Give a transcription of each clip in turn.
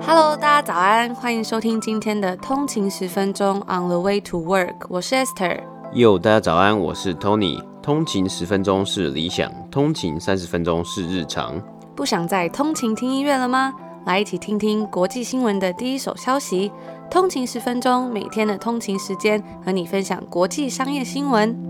Hello， 大家早安，欢迎收听今天的通勤10分钟 On the way to work， 我是 Esther。 大家早安，我是 Tony。通勤10分钟是理想，通勤30分钟是日常。 不想再通勤听音乐了吗？来一起听听国际新闻的第一手消息。通勤10分钟，每天的通勤时间和你分享国际商业新闻。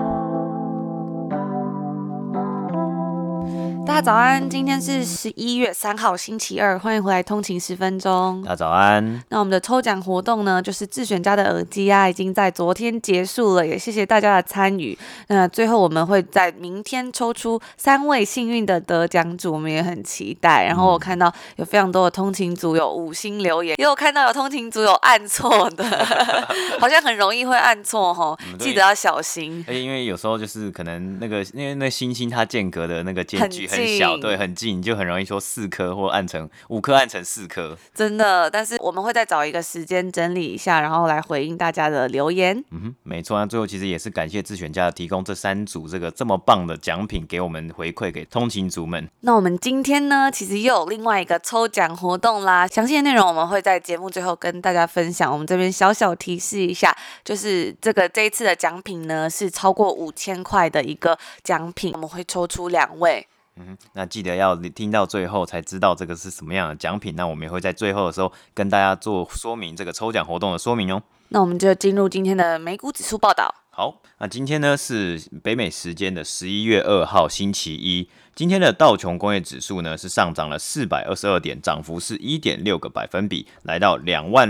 大家早安，今天是11月3号星期二，欢迎回来通勤10分钟。 大家早安。 那我们的抽奖活动呢，就是智选家的耳机啊，已经在昨天结束了，也谢谢大家的参与。那最后我们会在明天抽出3位幸运的得奖主，我们也很期待。然后我看到有非常多的通勤族有5星留言，也有看到有通勤族有按错的，好像很容易会按错齁，记得要小心。 而且因为有时候就是可能因为那星星它间隔的那个间距很小，对，很近，就很容易说4颗或按成5颗，按成4颗， 真的。但是我们会再找一个时间整理一下，然后来回应大家的留言。 没错。那最后其实也是感谢智选家提供这3组这么棒的奖品给我们回馈给通勤族们。 那我们今天呢，其实又有另外一个抽奖活动啦，详细的内容我们会在节目最后跟大家分享。我们这边小小提示一下，就是这一次的奖品呢是超过5000块的一个奖品，我们会抽出2位。 那记得要听到最后才知道这个是什么样的奖品。那我们也会在最后的时候跟大家做说明这个抽奖活动的说明哦。 那我们就进入今天的美股指数报道。 好，那今天呢是北美时间的11月2号星期一。今天的道琼工业指数呢是上涨了422点，涨幅是 1.6 个百分比，来到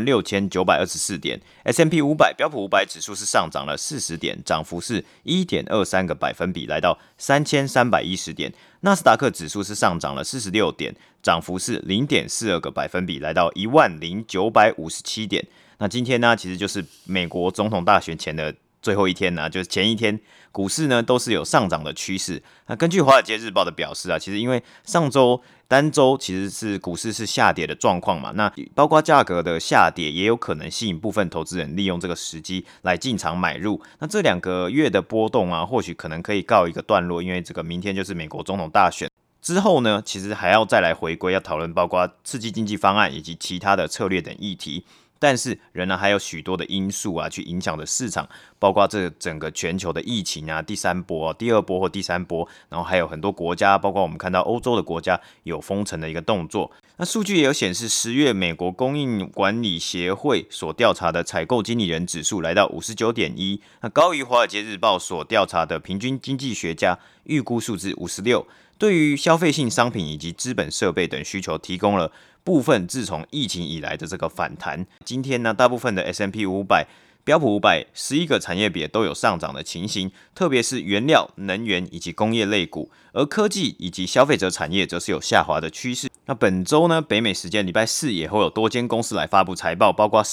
26,924点。S&P 500标普500指数是上涨了40点，涨幅是 1.23 个百分比，来到3310点。纳斯达克指数是上涨了46点，涨幅是 0.42 个百分比，来到10957点。那今天呢，其实就是美国总统大选前的最后一天呢，就是前一天，股市呢都是有上涨的趋势。那根据华尔街日报的表示啊，其实因为上周单周其实是股市是下跌的状况嘛，那包括价格的下跌也有可能吸引部分投资人利用这个时机来进场买入。那这2个月的波动啊，或许可能可以告一个段落，因为这个明天就是美国总统大选。之后呢，其实还要再来回归，要讨论包括刺激经济方案以及其他的策略等议题。但是仍然还有许多的因素啊，去影响着市场，包括这整个全球的疫情啊，第3波、第2波或第3波，然后还有很多国家，包括我们看到欧洲的国家有封城的一个动作。那数据也有显示，10月美国供应管理协会所调查的采购经理人指数来到 59.1， 那高于华尔街日报所调查的平均经济学家预估数字56。对于消费性商品以及资本设备等需求提供了部分自从疫情以来的这个反弹。今天呢，大部分的 S&P 500、标普500 11个产业别都有上涨的情形，特别是原料、能源以及工业类股，而科技以及消费者产业则是有下滑的趋势。那本周呢，北美时间礼拜4也会有多间公司来发布财报，包括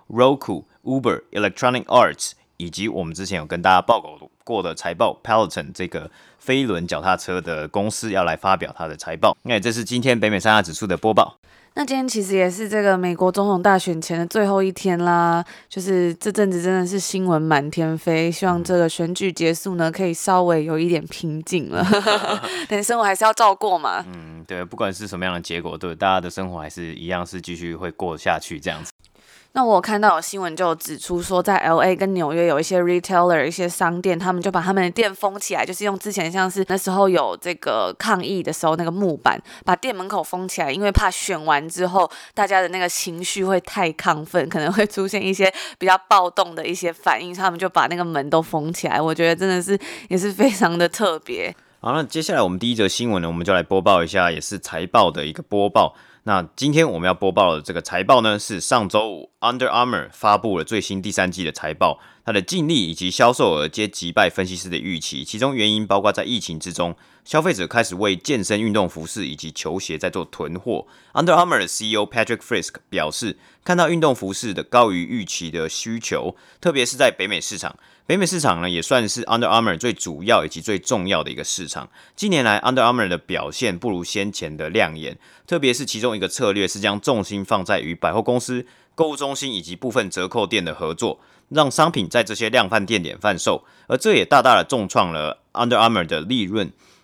Square、Roku、Uber、Electronic Arts， 以及我们之前有跟大家报告过的财报 Peloton 这个飞轮脚踏车的公司要来发表它的财报。那这是今天北美3大指数的播报。 那今天其实也是这个美国总统大选前的最后一天啦，就是这阵子真的是新闻满天飞，希望这个选举结束呢，可以稍微有一点平静了。但生活还是要照过嘛。 对，不管是什么样的结果，对，大家的生活还是一样是继续会过下去这样子。 那我有看到有新闻就指出说，在 LA 跟纽约有一些 retailer 一些商店，他们就把他们的店封起来，就是用之前像是那时候有这个抗议的时候那个木板把店门口封起来，因为怕选完之后大家的那个情绪会太亢奋，可能会出现一些比较暴动的一些反应，他们就把那个门都封起来。我觉得真的是也是非常的特别。 好，那接下来我们第一则新闻呢，我们就来播报一下，也是财报的一个播报。那今天我们要播报的这个财报呢，是上周五 Under Armour 发布了最新第3季的财报，它的净利以及销售额皆击败分析师的预期，其中原因包括在疫情之中，消费者开始为健身运动服饰以及球鞋在做囤货。Under Armour 的 CEO Patrick Frisk 表示，看到运动服饰的高于预期的需求，特别是在北美市场。北美市场呢，也算是 Under Armour 最主要以及最重要的一个市场。近年来 Under Armour 的表现不如先前的亮眼，特别是其中一个策略是将重心放在与百货公司、购物中心以及部分折扣店的合作，让商品在这些量贩店点贩售，而这也大大的重创了 Under Armour 的利润。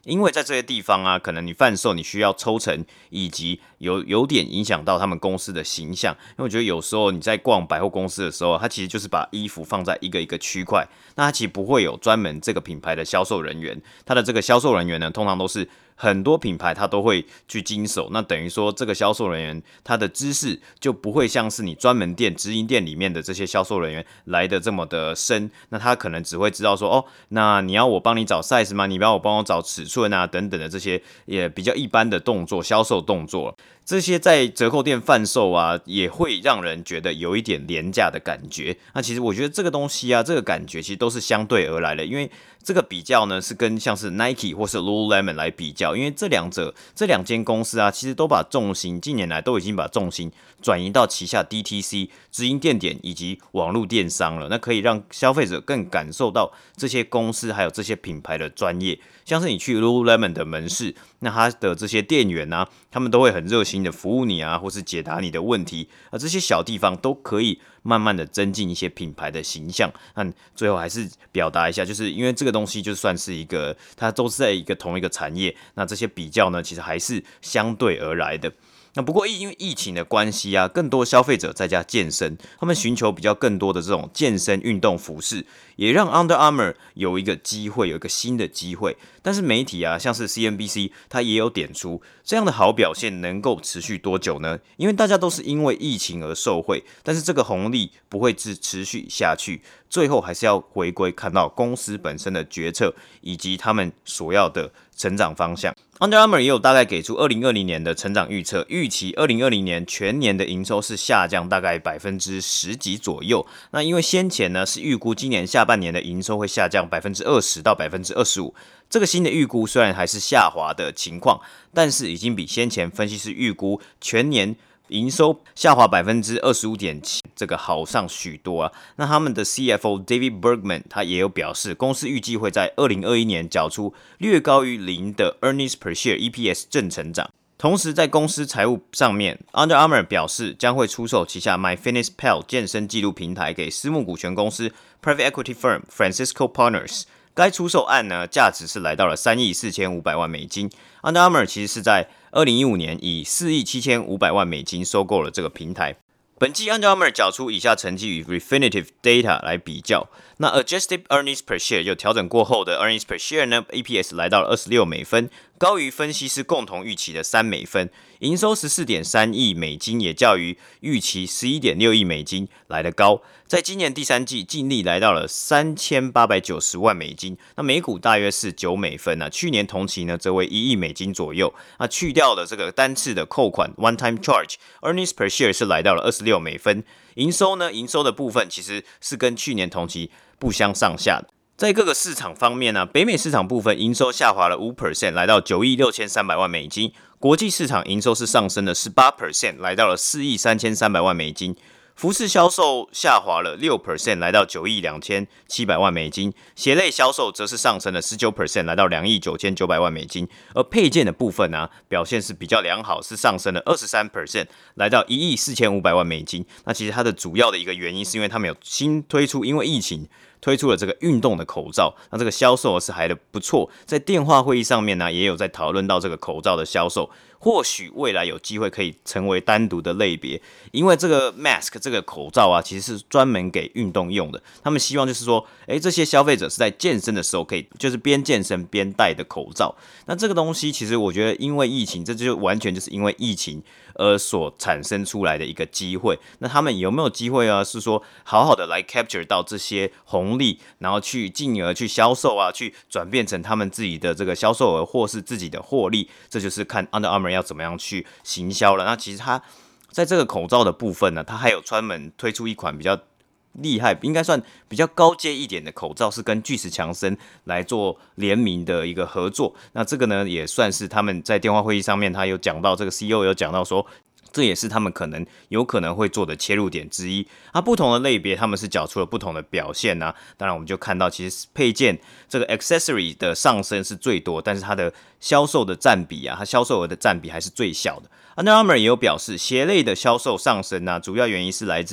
因为在这些地方啊，可能你贩售你需要抽成，以及有点影响到他们公司的形象。因为我觉得有时候你在逛百货公司的时候，它其实就是把衣服放在一个一个区块，那它其实不会有专门这个品牌的销售人员，它的这个销售人员呢，通常都是很多品牌他都会去经手，那等于说这个销售人员他的知识就不会像是你专门店直营店里面的这些销售人员来的这么的深，那他可能只会知道说那你要我帮你找 size 吗？你要我帮我找尺寸啊等等的这些也比较一般的动作，销售动作。这些在折扣店贩售啊，也会让人觉得有一点廉价的感觉。那其实我觉得这个东西啊，这个感觉其实都是相对而来的，因为这个比较呢是跟像是 Nike 或是 Lululemon 来比较，因为这两间公司啊，其实都把重心近年来都已经把重心转移到旗下 DTC 直营店以及网络电商了，那可以让消费者更感受到这些公司还有这些品牌的专业。像是你去 Lululemon 的门市，那他的这些店员啊，他们都会很热心的服务你啊，或是解答你的问题，这些小地方都可以慢慢的增进一些品牌的形象。那最后还是表达一下，就是因为这个东西就算是一个，它都是在同一个产业，那这些比较呢，其实还是相对而来的。那不过因为疫情的关系啊，更多消费者在家健身，他们寻求比较更多的这种健身运动服饰，也让 Under Armour 有一个机会，有一个新的机会。但是媒体啊，像是 CNBC， 它也有点出这样的好表现能够持续多久呢？因为大家都是因为疫情而受惠，但是这个红利不会持续下去，最后还是要回归看到公司本身的决策以及他们所要的成长方向。Under Armour 也有大概给出2020年的成长预测，预期2020年全年的营收是下降大概10%几左右。那因为先前呢是预估今年下半年的营收会下降20%到25%，这个新的预估虽然还是下滑的情况，但是已经比先前分析师预估全年营收下滑25.7%，这个好上许多啊。那他们的 CFO David Bergman 他也有表示，公司预计会在2021年缴出略高于0的 earnings per share EPS 正成长。同时，在公司财务上面 ，Under Armour 表示将会出售旗下 MyFitnessPal 健身纪录平台给私募股权公司 Private Equity Firm Francisco Partners。该出售案呢，价值是来到了3亿4500万美金。Under Armour 其实是在2015年以4亿7500万美金收购了这个平台。本季 Under Armour 缴出以下成绩与 Refinitiv Data 来比较。那 Adjusted Earnings Per Share 就调整过后的 Earnings Per Share 呢 ，EPS 来到了26美分，高于分析师共同预期的3美分。营收14.3亿美金，也较于预期11.6亿美金来得高。在今年第三季净利来到了3890万美金，那每股大约是9美分啊。去年同期呢，则为1亿美金左右。那去掉了这个单次的扣款 one-time charge，earnings per share 是来到了26美分。营收的部分其实是跟去年同期不相上下的。在各个市场方面呢，北美市场部分营收下滑了 5%， 来到9亿6300万美金。国际市场营收是上升了 18%， 来到了4亿3300万美金。服饰销售下滑了 6%， 来到9亿2700万美金。鞋类销售则是上升了 19%， 来到2亿9900万美金。而配件的部分呢，表现是比较良好，是上升了 23%， 来到1亿4500万美金。那其实它的主要的一个原因是因为他们有新推出，因为疫情推出了这个运动的口罩，那这个销售是还不错。在电话会议上面呢，也有在讨论到这个口罩的销售，或许未来有机会可以成为单独的类别，因为这个 mask 这个口罩啊，其实是专门给运动用的。他们希望就是说，这些消费者是在健身的时候可以就是边健身边戴的口罩。那这个东西其实我觉得，因为疫情，这就完全就是因为疫情而所产生出来的一个机会。那他们有没有机会啊？是说好好的来 capture 到这些红利，然后去进而去销售啊，去转变成他们自己的这个销售额或是自己的获利，这就是看 Under Armour 要怎么样去行销了。那其实他在这个口罩的部分呢，他还有专门推出一款比较厉害，应该算比较高阶一点的口罩，是跟巨石强森来做联名的一个合作。那这个呢，也算是他们在电话会议上面，他有讲到，这个 CEO 有讲到说，这也是他们有可能会做的切入点之一。不同的类别他们是缴出了不同的表现啊。当然我们就看到，其实配件这个 accessory 的上升是最多，但是它的销售的占比啊，它销售额的占比还是最小的。Under Armour 也有表示，鞋类的销售上升啊，主要原因是来自于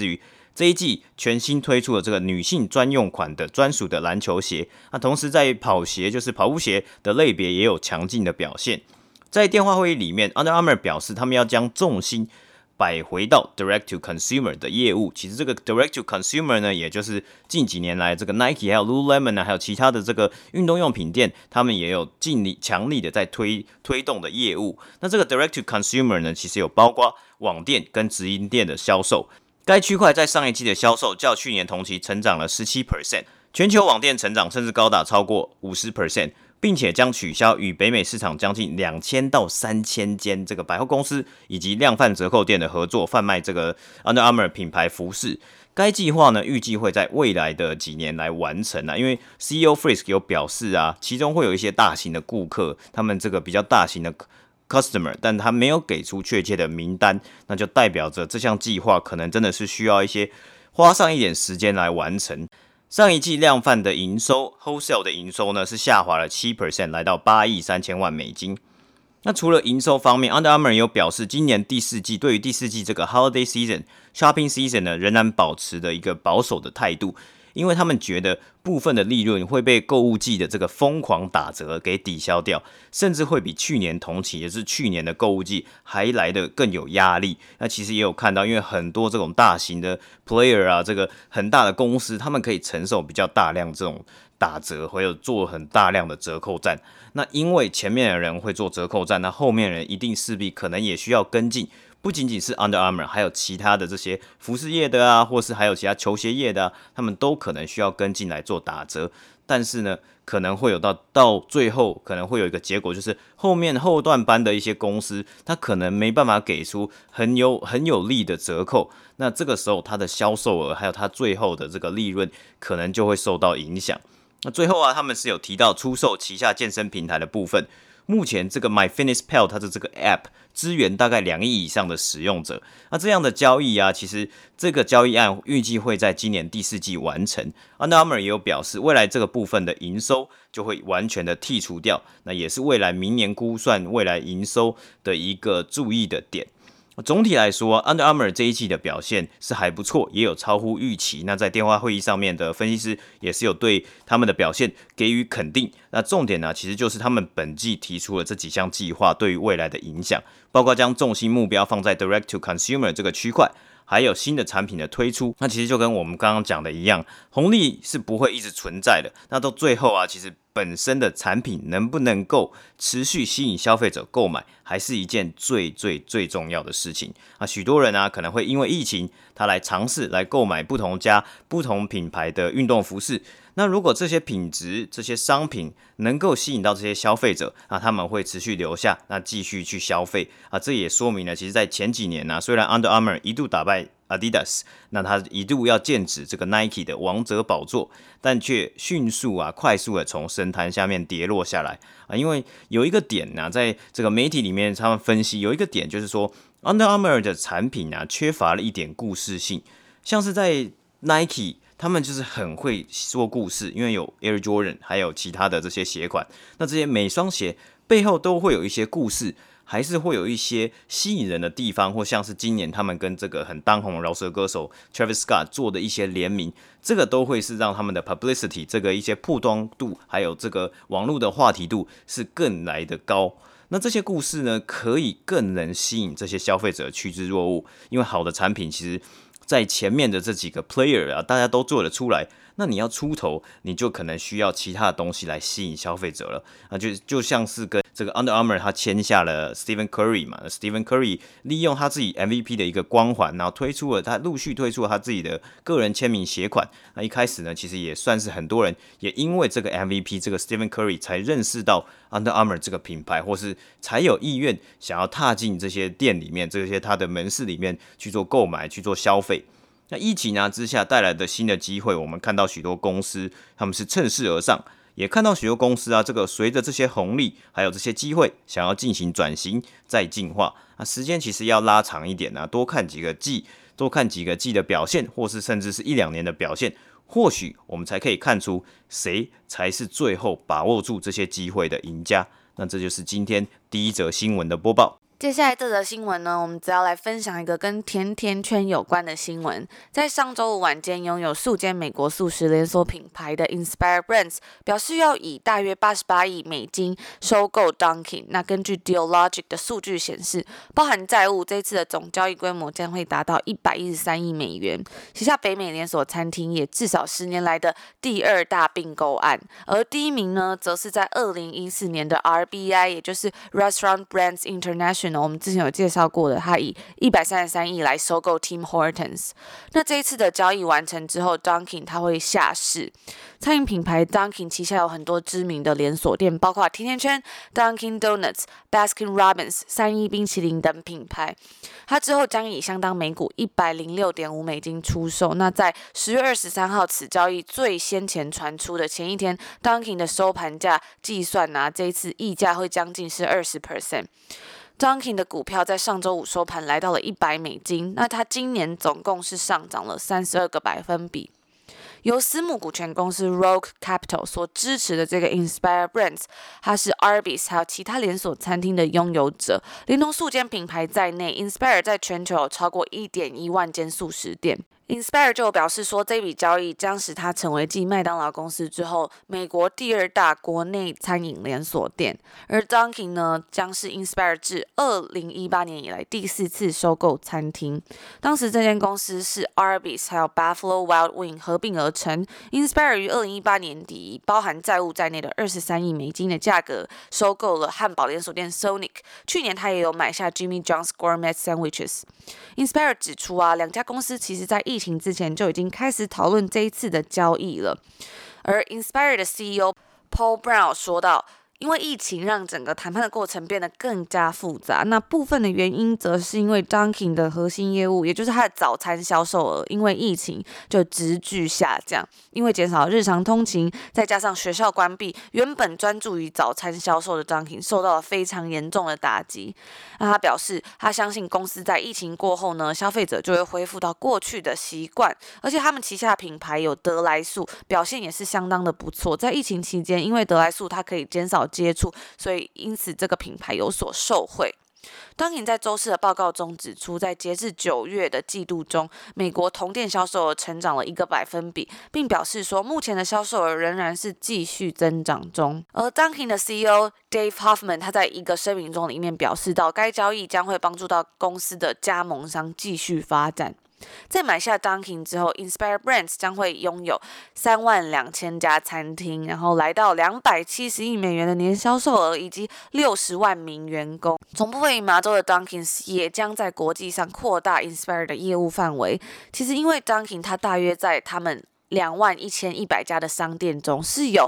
这一季全新推出了这个女性专用款的专属的篮球鞋，那同时在跑鞋就是跑步鞋的类别也有强劲的表现。在电话会议里面 Under Armour 表示他们要将重心摆回到 Direct to Consumer 的业务。其实这个 Direct to Consumer 呢，也就是近几年来这个 Nike 还有 Lululemon 啊，还有其他的这个运动用品店，他们也有强力的在推动的业务。那这个 Direct to Consumer 呢，其实有包括网店跟直营店的销售。该区块在上一季的销售较去年同期成长了 17%， 全球网店成长甚至高达超过 50%， 并且将取消与北美市场将近2000到3000间这个百货公司以及量贩折扣店的合作，贩卖这个 Under Armour 品牌服饰。该计划呢，预计会在未来的几年来完成啊，因为 CEO Frisk 有表示啊，其中会有一些大型的顾客，他们这个比较大型的customer， 但他没有给出确切的名单，那就代表着这项计划可能真的是需要花上一点时间来完成。上一季量贩的营收 wholesale 的营收呢是下滑了 7%， 来到8亿3千万美金。那除了营收方面 ，Under Armour 也有表示，今年对于第四季这个 holiday season、shopping season 呢，仍然保持的一个保守的态度。因为他们觉得部分的利润会被购物季的这个疯狂打折给抵消掉，甚至会比去年同期，也是去年的购物季还来得更有压力。那其实也有看到，因为很多这种大型的 player 啊，这个很大的公司，他们可以承受比较大量这种打折，还有做很大量的折扣战。那因为前面的人会做折扣战，那后面的人一定势必可能也需要跟进。不仅仅是 Under Armour， 还有其他的这些服饰业的啊，或是还有其他球鞋业的啊，他们都可能需要跟进来做打折。但是呢，可能会有到最后，可能会有一个结果，就是后段班的一些公司，它可能没办法给出很有利的折扣。那这个时候，它的销售额还有它最后的这个利润，可能就会受到影响。那最后啊，他们是有提到出售旗下健身平台的部分。目前这个 MyFitnessPal 它的这个 App 支援大概2亿以上的使用者，那这样的交易啊，其实这个交易案预计会在今年第4季完成。Under Armour 也有表示，未来这个部分的营收就会完全的剔除掉，那也是未来明年估算未来营收的一个注意的点。总体来说 Under Armour 这一季的表现是还不错，也有超乎预期。那在电话会议上面的分析师也是有对他们的表现给予肯定。那重点呢，其实就是他们本季提出了这几项计划对于未来的影响，包括将重心目标放在 Direct to Consumer 这个区块，还有新的产品的推出。那其实就跟我们刚刚讲的一样，红利是不会一直存在的。那到最后啊，其实本身的产品能不能够持续吸引消费者购买，还是一件最重要的事情啊。许多人啊可能会因为疫情，他来尝试来购买不同品牌的运动服饰。那如果这些品质、这些商品能够吸引到这些消费者，那他们会持续留下，那继续去消费啊。这也说明了，其实在前几年虽然 Under Armour 一度打败 Adidas， 那他一度要剑指这个 Nike 的王者宝座，但却快速的从神坛下面跌落下来啊。因为有一个点在这个媒体里面他们分析，有一个点就是说 Under Armour 的产品缺乏了一点故事性，像是在 Nike。他们就是很会说故事，因为有 Air Jordan， 还有其他的这些鞋款。那这些每双鞋背后都会有一些故事，还是会有一些吸引人的地方，或像是今年他们跟这个很当红的饶舌歌手 Travis Scott 做的一些联名，这个都会是让他们的 publicity 这个一些曝光度，还有这个网络的话题度是更来的高。那这些故事呢，可以更能吸引这些消费者趋之若鹜，因为好的产品其实在前面的这几个 player 大家都做得出来，那你要出头，你就可能需要其他的东西来吸引消费者了就像是跟这个 Under Armour 他签下了 Stephen Curry 嘛 ，Stephen Curry 利用他自己 MVP 的一个光环，然后他陆续推出了他自己的个人签名鞋款。那一开始呢，其实也算是很多人也因为这个 MVP 这个 Stephen Curry 才认识到 Under Armour 这个品牌，或是才有意愿想要踏进这些店里面，这些他的门市里面去做购买、去做消费。那疫情之下带来的新的机会，我们看到许多公司他们是趁势而上，也看到许多公司这个随着这些红利还有这些机会，想要进行转型再进化。时间其实要拉长一点多看几个季的表现，或是甚至是1-2年的表现，或许我们才可以看出谁才是最后把握住这些机会的赢家。那这就是今天第一则新闻的播报。 接下来这则新闻呢，我们只要来分享一个跟甜甜圈有关的新闻。在上周五晚间，拥有数间美国速食连锁品牌的 Inspire Brands 表示要以大约88亿美金收购 Dunkin'。那根据 Dealogic 的数据显示，包含债务，这次的总交易规模将会达到113亿美元，旗下北美连锁餐厅也至少10年来的第2大并购案。而第一名呢，则是在2014年的 RBI， 也就是 Restaurant Brands International。我们之前有介绍过的，他以133亿来收购 Tim Hortons。那这一次的交易完成之后 ，Dunkin' 它会下市。餐饮品牌 Dunkin' 旗下有很多知名的连锁店，包括甜甜圈、Dunkin' Donuts、Baskin Robbins、3E冰淇淋等品牌。它之后将以相当每股106.5美金出售。那在10月23号此交易最先前传出的前一天 ，Dunkin' 的收盘价计算这一次溢价会将近是20%。Dunkin' 的股票在上周五收盘来到了100美金，那它今年总共是上涨了32个百分比。由私募股权公司 Rogue Capital 所支持的这个 Inspire Brands， 它是 Arby's 还有其他连锁餐厅的拥有者，连同数间品牌在内 ，Inspire 在全球有超过1.1万间速食店。Inspire 就表示说，这笔交易将使它成为继麦当劳公司之后，美国第2大国内餐饮连锁店。而 Dunkin' 呢，将是 Inspire 自2018年以来第4次收购餐厅。当时这间公司是 Arby's 还有 Buffalo Wild Wing 合并而成。Inspire 于2018年底以包含债务在内的23亿美金的价格收购了汉堡连锁店 Sonic。去年他也有买下 Jimmy John's Gourmet Sandwiches。Inspire 指出两家公司其实在疫情之前就已经开始讨论这一次的交易了。而 Inspire 的 CEO Paul Brown 说道，因为疫情让整个谈判的过程变得更加复杂，那部分的原因则是因为 Dunkin' 的核心业务，也就是它的早餐销售额，因为疫情就急剧下降，因为减少日常通勤，再加上学校关闭，原本专注于早餐销售的 Dunkin' 受到了非常严重的打击。那他表示，他相信公司在疫情过后呢，消费者就会恢复到过去的习惯，而且他们旗下的品牌有得来素，表现也是相当的不错。在疫情期间，因为得来素它可以减少接触，所以因此这个品牌有所受惠。Dunkin' 在周四的报告中指出，在截至9月的季度中，美国同店销售额成长了1个百分比，并表示说，目前的销售额仍然是继续增长中。而 Dunkin' 的 CEO Dave Hoffman 他在一个声明中里面表示到，该交易将会帮助到公司的加盟商继续发展。在买下 Dunkin' 之后 ，Inspire Brands 将会拥有32000家餐厅，然后来到270亿美元的年销售额，以及60万名员工。总部位于麻州的 Dunkin' 也将在国际上扩大 Inspire 的业务范围。其实，因为 Dunkin' 它大约在他们21100家的商店中，是有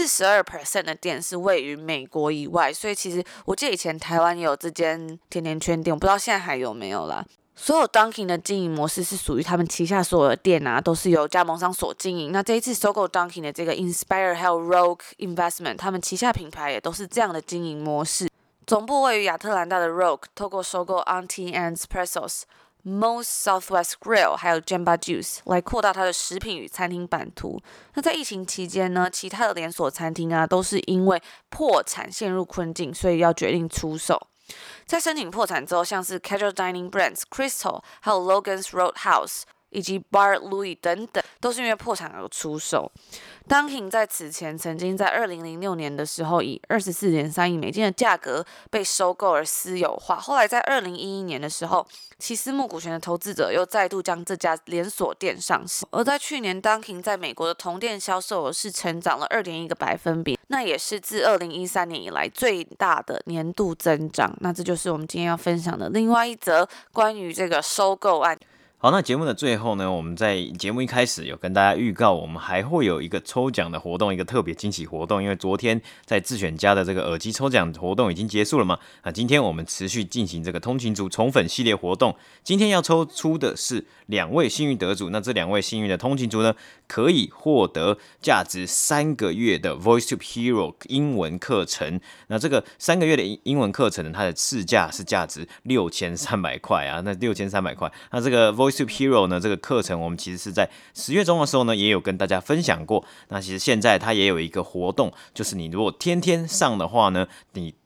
42% 的店是位于美国以外，所以其实我记得以前台湾也有这间甜甜圈店，我不知道现在还有没有啦。所有 Dunkin' 的经营模式是属于他们旗下所有的店都是由加盟商所经营。那这一次收购 Dunkin' 的这个 Inspire 还有 Rogue Investment， 他们旗下品牌也都是这样的经营模式。总部位于亚特兰大的 Rogue， 透过收购 Auntie Anne's Pretzels、Moe's Southwest Grill 还有 Jamba Juice 来扩大它的食品与餐厅版图。那在疫情期间呢，其他的连锁餐厅都是因为破产陷入困境，所以要决定出售。在申请破产之后，像是 Casual Dining Brands、Crystal 还有 Logan's Roadhouse以及 Bar Louie 等等，都是因为破产而出售。Dunkin' 在此前曾经在2006年的时候以24.3亿美金的价格被收购而私有化，后来在2011年的时候，其私募股权的投资者又再度将这家连锁店上市。而在去年 Dunkin' 在美国的同店销售额是成长了2.1个百分比，那也是自2013年以来最大的年度增长。那这就是我们今天要分享的另外一则关于这个收购案。 好，那节目的最后呢，我们在节目一开始有跟大家预告，我们还会有一个抽奖的活动，一个特别惊喜活动。因为昨天在自选家的这个耳机抽奖活动已经结束了嘛，那今天我们持续进行这个通勤族宠粉系列活动。今天要抽出的是2位幸运得主，那这2位幸运的通勤族呢，可以获得价值3个月的 VoiceTube Hero 英文课程。那这个3个月的英文课程呢，它的市价是价值6300块啊，那6300块，那这个 VoiceTube Hero 呢，这个课程我们其实是在10月中的时候呢，也有跟大家分享过。那其实现在它也有一个活动，就是你如果天天上的话呢，你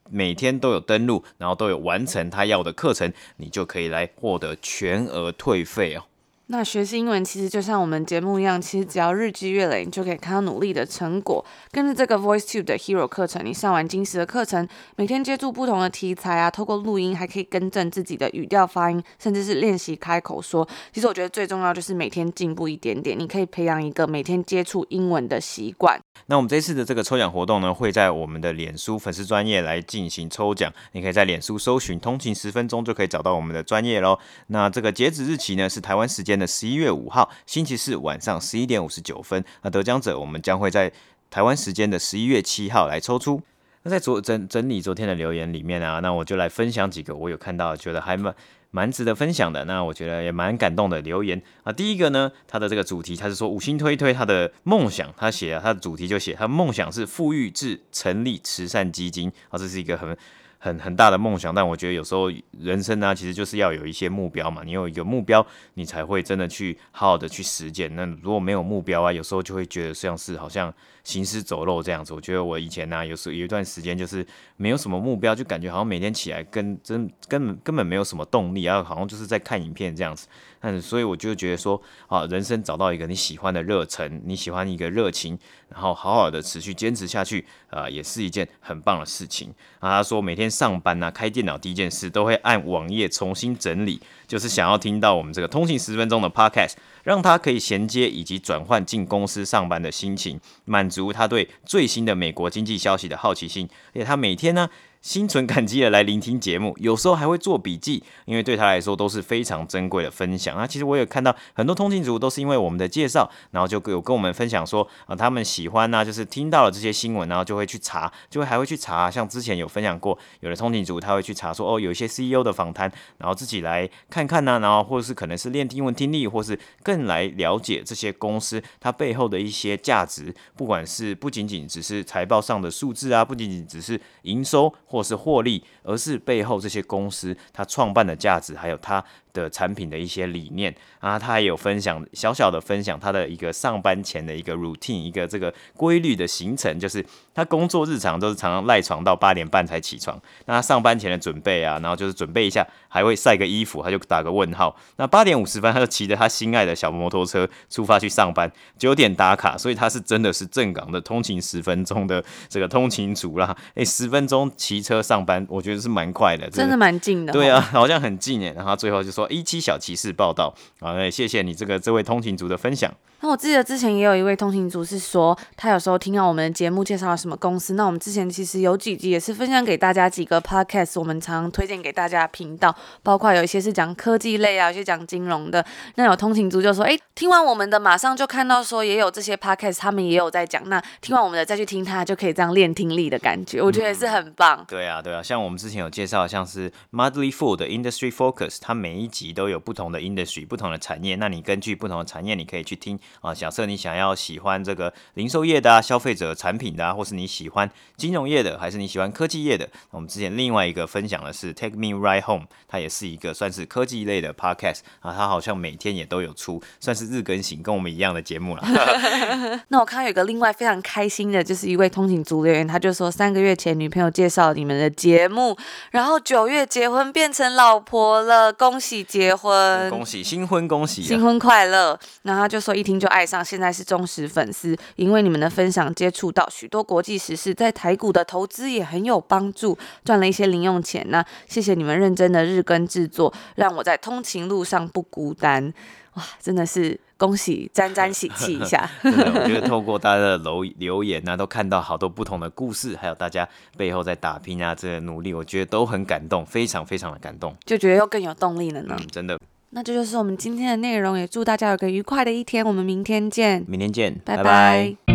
每天都有登录，然后都有完成他要的课程，你就可以来获得全额退费哦。 那学习英文其实就像我们节目一样，其实只要日积月累，你就可以看到努力的成果。跟着这个 VoiceTube 的 Hero 课程，你上完精实的课程，每天接触不同的题材啊，透过录音还可以更正自己的语调发音，甚至是练习开口说。其实我觉得最重要就是每天进步一点点，你可以培养一个每天接触英文的习惯。 那我们这次的这个抽奖活动呢，会在我们的脸书粉丝专页来进行抽奖，你可以在脸书搜寻通勤10分钟就可以找到我们的专页咯。那这个截止日期呢是台湾时间的11月5号星期四晚上11点59分，那得奖者我们将会在台湾时间的11月7号来抽出。那在整理昨天的留言里面啊，那我就来分享几个我有看到觉得还蛮值得分享的，那我觉得也蛮感动的留言啊。第一个呢，他的这个主题他是说5星推他的梦想，他写了他的主题就写他的梦想是富裕至成立慈善基金啊，这是一个很大的梦想，但我觉得有时候人生呢，其实就是要有一些目标嘛。你有一个目标，你才会真的去好好的去实践。那如果没有目标啊，有时候就会觉得像是好像行尸走肉这样子。我觉得我以前呢，有一段时间就是没有什么目标，就感觉好像每天起来根本没有什么动力，然后好像就是在看影片这样子。所以我就觉得说啊，人生找到一个你喜欢的热忱，你喜欢一个热情，然后好好的持续坚持下去，也是一件很棒的事情。他说每天上班啊，开电脑第一件事都会按网页重新整理，就是想要听到我们这个通勤10分钟的 podcast， 让他可以衔接以及转换进公司上班的心情，满足他对最新的美国经济消息的好奇心。而且他每天呢，心存感激的来聆听节目，有时候还会做笔记，因为对他来说都是非常珍贵的分享。其实我有看到很多通勤族都是因为我们的介绍，然后就有跟我们分享说他们喜欢就是听到了这些新闻，然后就会去查，还会去查，像之前有分享过，有的通勤族他会去查说有一些 CEO 的访谈，然后自己来看看然后或者是可能是练英文听力，或是更来了解这些公司它背后的一些价值，不仅仅只是财报上的数字不仅仅只是营收或是获利，而是背后这些公司它创办的价值，还有它的产品的一些理念他还有小小的分享他的一个上班前的一个 routine， 一个这个规律的行程，就是他工作日常都是常常赖床到8点半才起床，那他上班前的准备然后就是准备一下，还会晒个衣服，他就打个问号，那8点50分他就骑着他心爱的小摩托车出发去上班，9点打卡，所以他是真的是正港的通勤10分钟的这个通勤族啦，10分钟骑车上班，我觉得是蛮快的， 真的蛮近的。 对好像很近然后他最后就说17小骑士报道谢谢你这位通勤族的分享。 那我记得之前也有一位通勤族是说，他有时候听到我们的节目介绍了什么公司，那我们之前其实有几集也是分享给大家几个 podcast， 我们常推荐给大家的频道，包括有一些是讲科技类有一些讲金融的。那有通勤族就说听完我们的马上就看到说也有这些 podcast， 他们也有在讲，那听完我们的再去听他，就可以这样练听力的感觉，我觉得也是很棒。 对啊，像我们之前有介绍像是 Modely Food 的 Industry Focus， 它每一集都有不同的 industry 不同的产业，那你根据不同的产业你可以去听假设你想要喜欢这个零售业的消费者产品的或是你喜欢金融业的，还是你喜欢科技业的，我们之前另外一个分享的是 Take Me Right Home， 它也是一个算是科技类的 podcast 它好像每天也都有出，算是日更型，跟我们一样的节目啦那我看到有一个另外非常开心的，就是一位通勤族留言，他就说3个月前女朋友介绍你们的节目，然后9月结婚变成老婆了，恭喜结婚， 恭喜新婚，恭喜新婚快乐。然后他就说一听就爱上，现在是忠实粉丝，因为你们的分享接触到许多国际时事，在台股的投资也很有帮助，赚了一些零用钱谢谢你们认真的日更制作，让我在通勤路上不孤单。哇，真的是恭喜，沾沾喜气一下真的，我觉得透过大家的留言都看到好多不同的故事，还有大家背后在打拼这个努力，我觉得都很感动，非常非常的感动， 就觉得又更有动力了呢。 真的。 那这就是我们今天的内容，也祝大家有个愉快的一天，我们明天见， 明天见， 拜拜。